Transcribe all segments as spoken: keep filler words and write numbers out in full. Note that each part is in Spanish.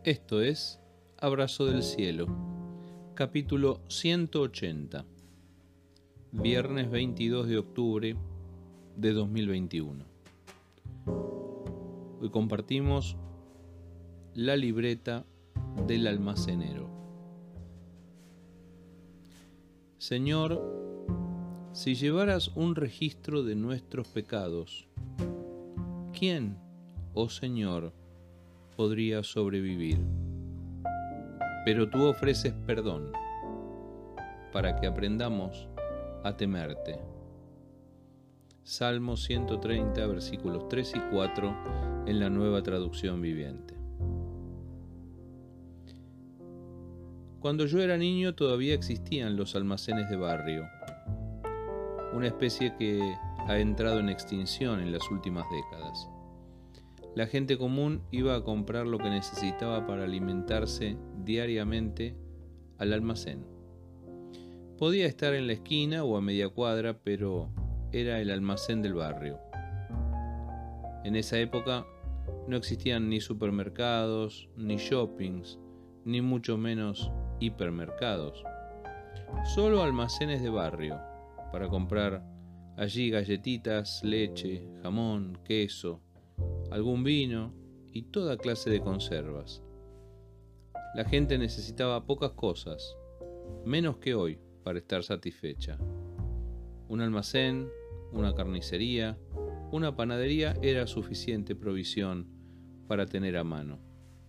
Esto es Abrazo del Cielo, capítulo ciento ochenta, viernes veintidós de octubre de dos mil veintiuno. Hoy compartimos la libreta del almacenero. Señor, si llevaras un registro de nuestros pecados, ¿quién, oh Señor, podría sobrevivir? Pero tú ofreces perdón para que aprendamos a temerte. Salmo ciento treinta, versículos tres y cuatro en la Nueva Traducción Viviente. Cuando yo era niño todavía existían los almacenes de barrio, una especie que ha entrado en extinción en las últimas décadas. La gente común iba a comprar lo que necesitaba para alimentarse diariamente al almacén. Podía estar en la esquina o a media cuadra, pero era el almacén del barrio. En esa época no existían ni supermercados, ni shoppings, ni mucho menos hipermercados. Solo almacenes de barrio para comprar allí galletitas, leche, jamón, queso, algún vino y toda clase de conservas. La gente necesitaba pocas cosas, menos que hoy, para estar satisfecha. Un almacén, una carnicería, una panadería era suficiente provisión para tener a mano.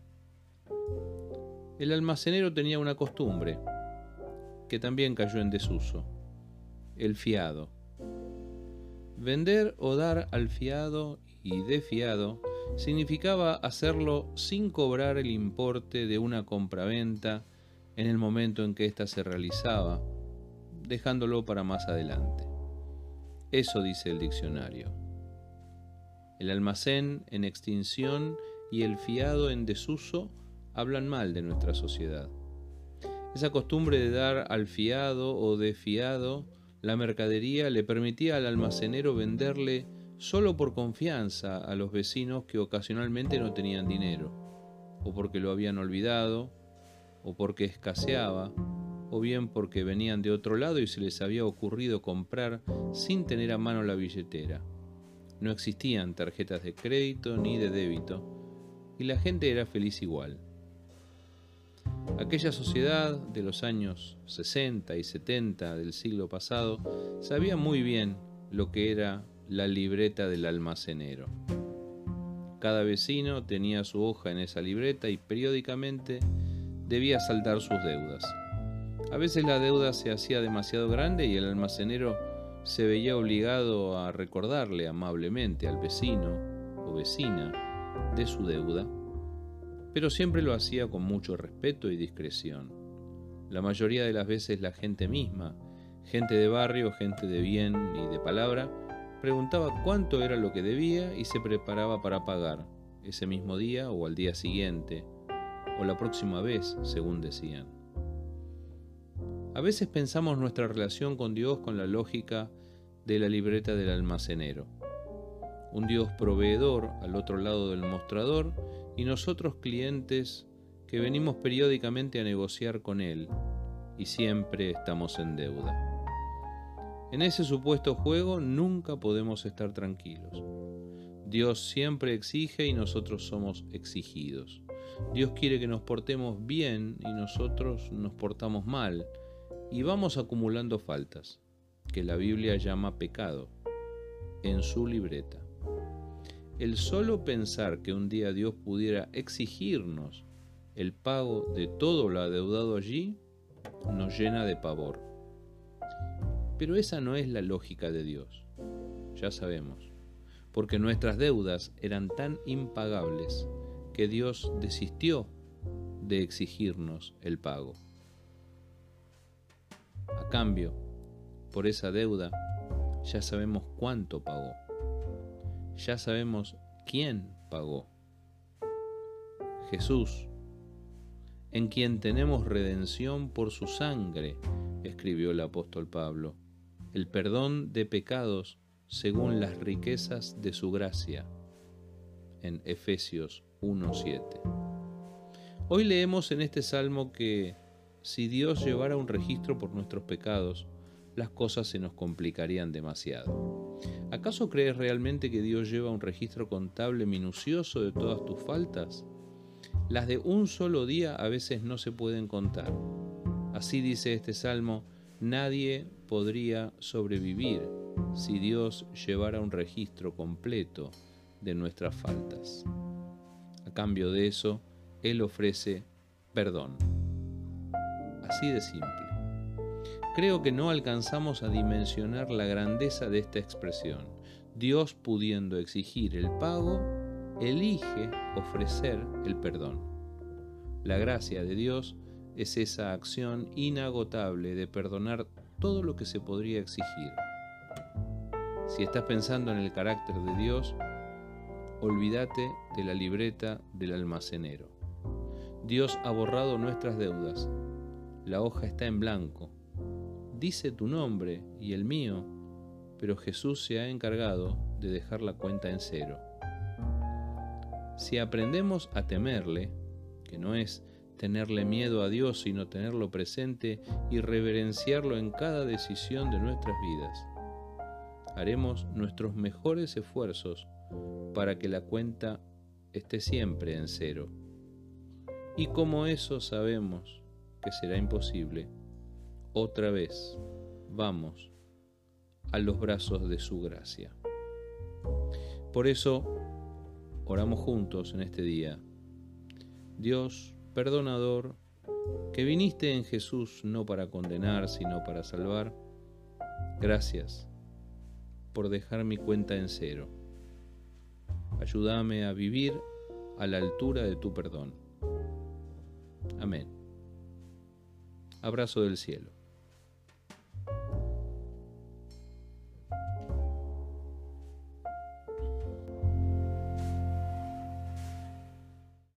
El almacenero tenía una costumbre, que también cayó en desuso: el fiado. Vender o dar al fiado y de fiado significaba hacerlo sin cobrar el importe de una compraventa en el momento en que ésta se realizaba, dejándolo para más adelante. Eso dice el diccionario. El almacén en extinción y el fiado en desuso hablan mal de nuestra sociedad. Esa costumbre de dar al fiado o de fiado la mercadería le permitía al almacenero venderle solo por confianza a los vecinos que ocasionalmente no tenían dinero, o porque lo habían olvidado, o porque escaseaba, o bien porque venían de otro lado y se les había ocurrido comprar sin tener a mano la billetera. No existían tarjetas de crédito ni de débito, y la gente era feliz igual. Aquella sociedad de los años sesenta y setenta del siglo pasado sabía muy bien lo que era la libreta del almacenero. Cada vecino tenía su hoja en esa libreta y periódicamente debía saldar sus deudas. A veces la deuda se hacía demasiado grande y el almacenero se veía obligado a recordarle amablemente al vecino o vecina de su deuda, pero siempre lo hacía con mucho respeto y discreción. La mayoría de las veces la gente misma, gente de barrio, gente de bien y de palabra, preguntaba cuánto era lo que debía y se preparaba para pagar ese mismo día o al día siguiente, o la próxima vez, según decían. A veces pensamos nuestra relación con Dios con la lógica de la libreta del almacenero. Un Dios proveedor al otro lado del mostrador y nosotros clientes que venimos periódicamente a negociar con Él y siempre estamos en deuda. En ese supuesto juego nunca podemos estar tranquilos. Dios siempre exige y nosotros somos exigidos. Dios quiere que nos portemos bien y nosotros nos portamos mal y vamos acumulando faltas, que la Biblia llama pecado, en su libreta. El solo pensar que un día Dios pudiera exigirnos el pago de todo lo adeudado allí nos llena de pavor. Pero esa no es la lógica de Dios, ya sabemos, porque nuestras deudas eran tan impagables que Dios desistió de exigirnos el pago. A cambio, por esa deuda, ya sabemos cuánto pagó. Ya sabemos quién pagó. Jesús, en quien tenemos redención por su sangre, escribió el apóstol Pablo, el perdón de pecados según las riquezas de su gracia, en Efesios uno siete. Hoy leemos en este salmo que si Dios llevara un registro por nuestros pecados, las cosas se nos complicarían demasiado. ¿Acaso crees realmente que Dios lleva un registro contable minucioso de todas tus faltas? Las de un solo día a veces no se pueden contar. Así dice este salmo: nadie podría sobrevivir si Dios llevara un registro completo de nuestras faltas. A cambio de eso, Él ofrece perdón. Así de simple. Creo que no alcanzamos a dimensionar la grandeza de esta expresión. Dios, pudiendo exigir el pago, elige ofrecer el perdón. La gracia de Dios es esa acción inagotable de perdonar todo lo que se podría exigir. Si estás pensando en el carácter de Dios, olvídate de la libreta del almacenero. Dios ha borrado nuestras deudas. La hoja está en blanco. Dice tu nombre y el mío, pero Jesús se ha encargado de dejar la cuenta en cero. Si aprendemos a temerle, que no es tenerle miedo a Dios, sino tenerlo presente y reverenciarlo en cada decisión de nuestras vidas, haremos nuestros mejores esfuerzos para que la cuenta esté siempre en cero. Y como eso sabemos que será imposible, otra vez vamos a los brazos de su gracia. Por eso oramos juntos en este día. Dios perdonador, que viniste en Jesús no para condenar, sino para salvar, gracias por dejar mi cuenta en cero. Ayúdame a vivir a la altura de tu perdón. Amén. Abrazo del cielo.